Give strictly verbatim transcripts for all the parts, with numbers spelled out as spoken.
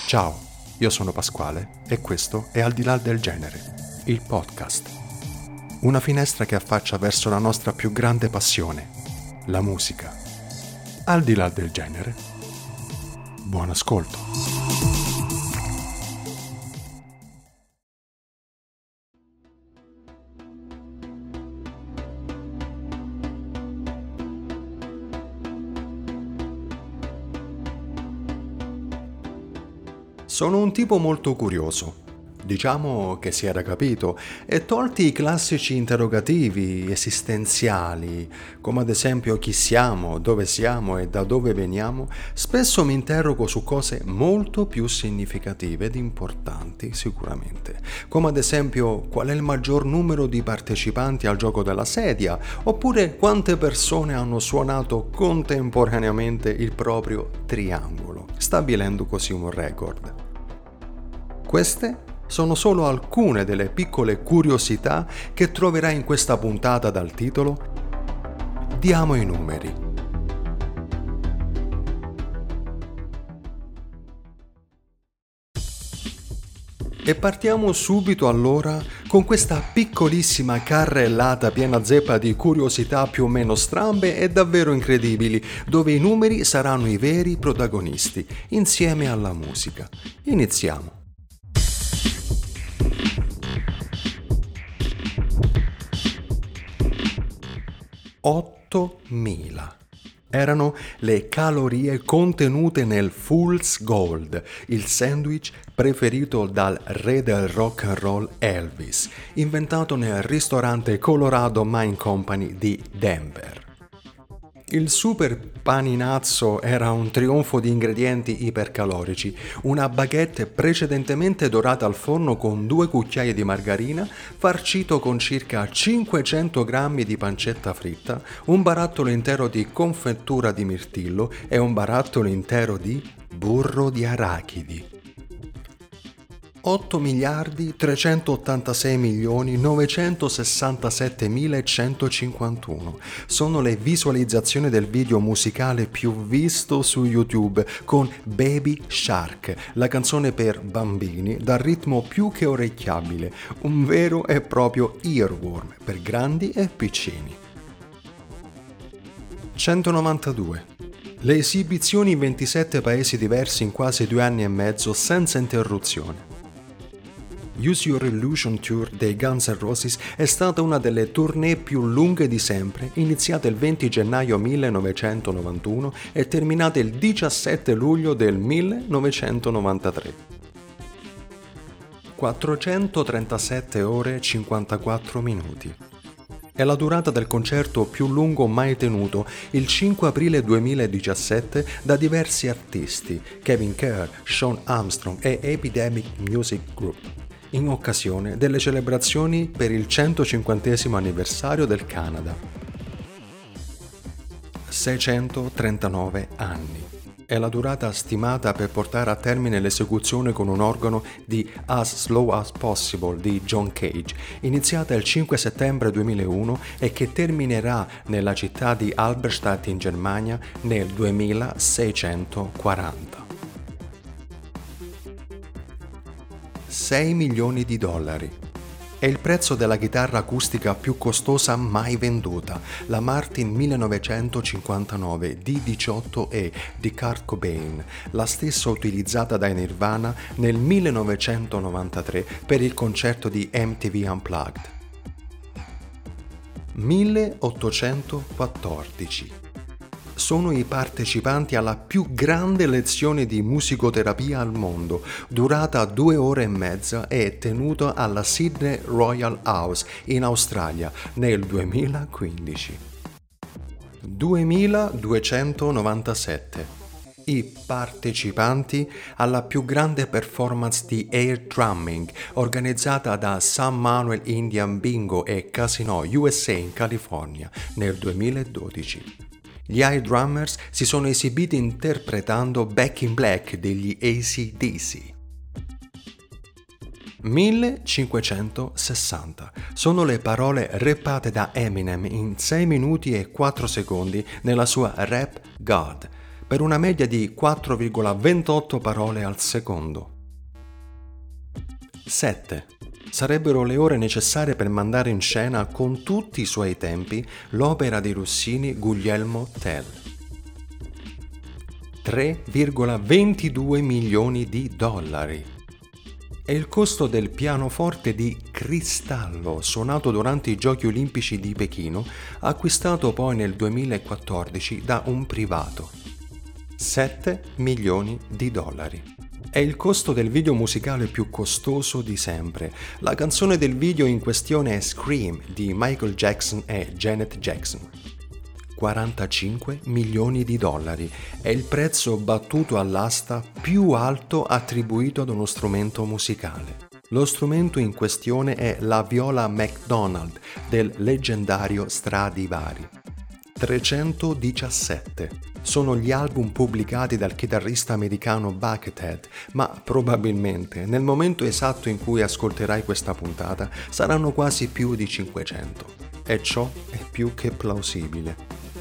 Ciao, io sono Pasquale e questo è Al di là del genere, il podcast. Una finestra che affaccia verso la nostra più grande passione, la musica. Al di là del genere, buon ascolto. Sono un tipo molto curioso, diciamo che si era capito, e tolti i classici interrogativi esistenziali, come ad esempio chi siamo, dove siamo e da dove veniamo, spesso mi interrogo su cose molto più significative ed importanti sicuramente, come ad esempio qual è il maggior numero di partecipanti al gioco della sedia, oppure quante persone hanno suonato contemporaneamente il proprio triangolo, stabilendo così un record. Queste sono solo alcune delle piccole curiosità che troverai in questa puntata dal titolo Diamo i numeri. E partiamo subito allora con questa piccolissima carrellata piena zeppa di curiosità più o meno strambe e davvero incredibili, dove i numeri saranno i veri protagonisti, insieme alla musica. Iniziamo. ottomila. Erano le calorie contenute nel Fool's Gold, il sandwich preferito dal re del rock and roll Elvis, inventato nel ristorante Colorado Mine Company di Denver. Il super paninazzo era un trionfo di ingredienti ipercalorici, una baguette precedentemente dorata al forno con due cucchiai di margarina, farcito con circa cinquecento grammi di pancetta fritta, un barattolo intero di confettura di mirtillo e un barattolo intero di burro di arachidi. otto miliardi trecentottantasei milioni novecentosessantasettemilacentocinquantuno sono le visualizzazioni del video musicale più visto su YouTube con Baby Shark, la canzone per bambini dal ritmo più che orecchiabile, un vero e proprio earworm per grandi e piccini. centonovantadue. Le esibizioni in ventisette paesi diversi in quasi due anni e mezzo senza interruzione. Use Your Illusion Tour dei Guns N' Roses è stata una delle tournée più lunghe di sempre, iniziata il venti gennaio millenovecentonovantuno e terminata il diciassette luglio del millenovecentonovantatré. quattrocentotrentasette ore e cinquantaquattro minuti. È la durata del concerto più lungo mai tenuto, il cinque aprile duemiladiciassette, da diversi artisti, Kevin Kerr, Sean Armstrong e Epidemic Music Group, in occasione delle celebrazioni per il centocinquantesimo anniversario del Canada. seicentotrentanove anni. È la durata stimata per portare a termine l'esecuzione con un organo di As Slow As Possible di John Cage, iniziata il cinque settembre duemilauno e che terminerà nella città di Halberstadt in Germania nel duemilaseicentoquaranta. sei milioni di dollari. È il prezzo della chitarra acustica più costosa mai venduta, la Martin millenovecentocinquantanove D diciotto E di Kurt Cobain, la stessa utilizzata dai Nirvana nel millenovecentonovantatré per il concerto di M T V Unplugged. milleottocentoquattordici. Sono i partecipanti alla più grande lezione di musicoterapia al mondo, durata due ore e mezza e tenuta alla Sydney Royal House in Australia nel duemilaquindici. duemiladuecentonovantasette. I partecipanti alla più grande performance di air drumming organizzata da San Manuel Indian Bingo e Casino U S A in California nel duemiladodici. Gli Air Drummers si sono esibiti interpretando Back in Black degli A C D C. millecinquecentosessanta sono le parole rappate da Eminem in sei minuti e quattro secondi nella sua Rap God, per una media di quattro virgola ventotto parole al secondo. sette. Sarebbero le ore necessarie per mandare in scena con tutti i suoi tempi l'opera di Rossini Guglielmo Tell. tre virgola ventidue milioni di dollari. È il costo del pianoforte di cristallo suonato durante i Giochi Olimpici di Pechino, acquistato poi nel duemilaquattordici da un privato. sette milioni di dollari. È il costo del video musicale più costoso di sempre. La canzone del video in questione è Scream di Michael Jackson e Janet Jackson. quarantacinque milioni di dollari è il prezzo battuto all'asta più alto attribuito ad uno strumento musicale. Lo strumento in questione è la viola McDonald del leggendario Stradivari. trecentodiciassette. Sono gli album pubblicati dal chitarrista americano Buckethead, ma probabilmente nel momento esatto in cui ascolterai questa puntata saranno quasi più di cinquecento. E ciò è più che plausibile.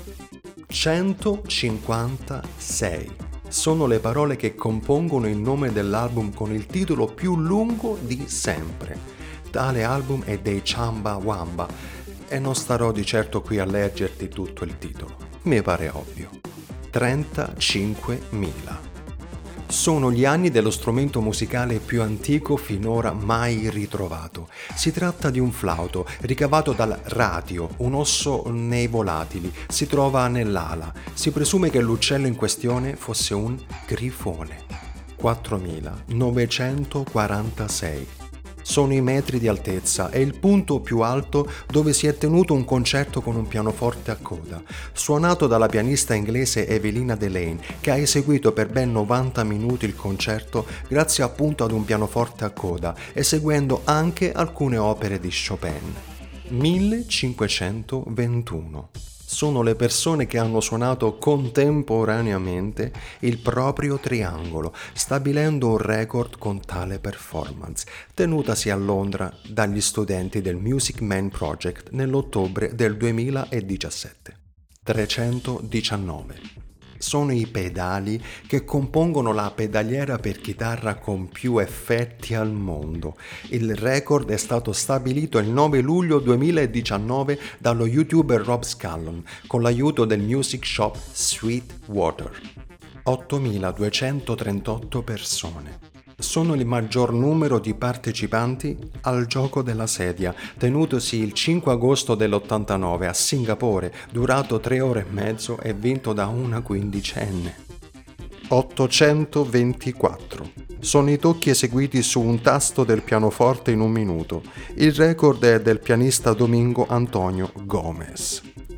centocinquantasei sono le parole che compongono il nome dell'album con il titolo più lungo di sempre. Tale album è dei Chumbawamba e non starò di certo qui a leggerti tutto il titolo, mi pare ovvio. trentacinquemila. Sono gli anni dello strumento musicale più antico finora mai ritrovato. Si tratta di un flauto ricavato dal ratio, un osso nei volatili. Si trova nell'ala. Si presume che l'uccello in questione fosse un grifone. quattromilanovecentoquarantasei. Sono i metri di altezza, è il punto più alto dove si è tenuto un concerto con un pianoforte a coda, suonato dalla pianista inglese Evelina Delane, che ha eseguito per ben novanta minuti il concerto grazie appunto ad un pianoforte a coda, eseguendo anche alcune opere di Chopin. millecinquecentoventuno. Sono le persone che hanno suonato contemporaneamente il proprio triangolo, stabilendo un record con tale performance, tenutasi a Londra dagli studenti del Music Man Project nell'ottobre del duemiladiciassette. trecentodiciannove. Sono i pedali che compongono la pedaliera per chitarra con più effetti al mondo. Il record è stato stabilito il nove luglio duemiladiciannove dallo youtuber Rob Scallon con l'aiuto del music shop Sweetwater. ottomiladuecentotrentotto persone. Sono il maggior numero di partecipanti al gioco della sedia, tenutosi il cinque agosto dell'ottantanove a Singapore, durato tre ore e mezzo e vinto da una quindicenne. ottocentoventiquattro. Sono i tocchi eseguiti su un tasto del pianoforte in un minuto. Il record è del pianista Domingo Antonio Gomez.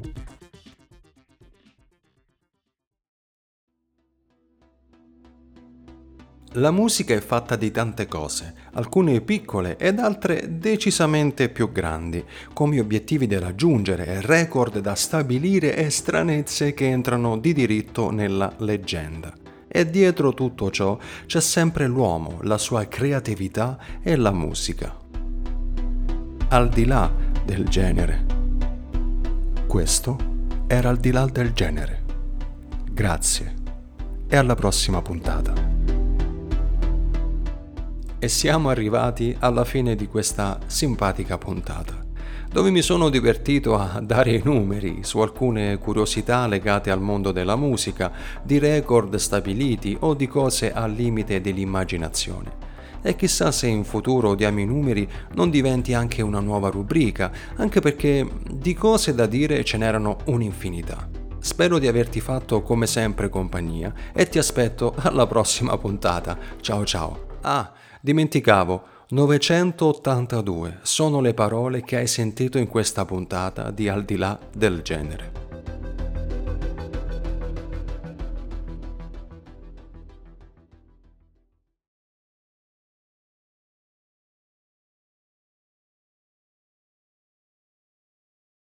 La musica è fatta di tante cose, alcune piccole ed altre decisamente più grandi, come obiettivi da raggiungere, record da stabilire e stranezze che entrano di diritto nella leggenda. E dietro tutto ciò c'è sempre l'uomo, la sua creatività e la musica. Al di là del genere. Questo era Al di là del genere. Grazie e alla prossima puntata. E siamo arrivati alla fine di questa simpatica puntata, dove mi sono divertito a dare i numeri su alcune curiosità legate al mondo della musica, di record stabiliti o di cose al limite dell'immaginazione. E chissà se in futuro Diamo i numeri non diventi anche una nuova rubrica, anche perché di cose da dire ce n'erano un'infinità. Spero di averti fatto come sempre compagnia e ti aspetto alla prossima puntata. Ciao ciao. Ah, dimenticavo, novecentottantadue sono le parole che hai sentito in questa puntata di Al di là del genere.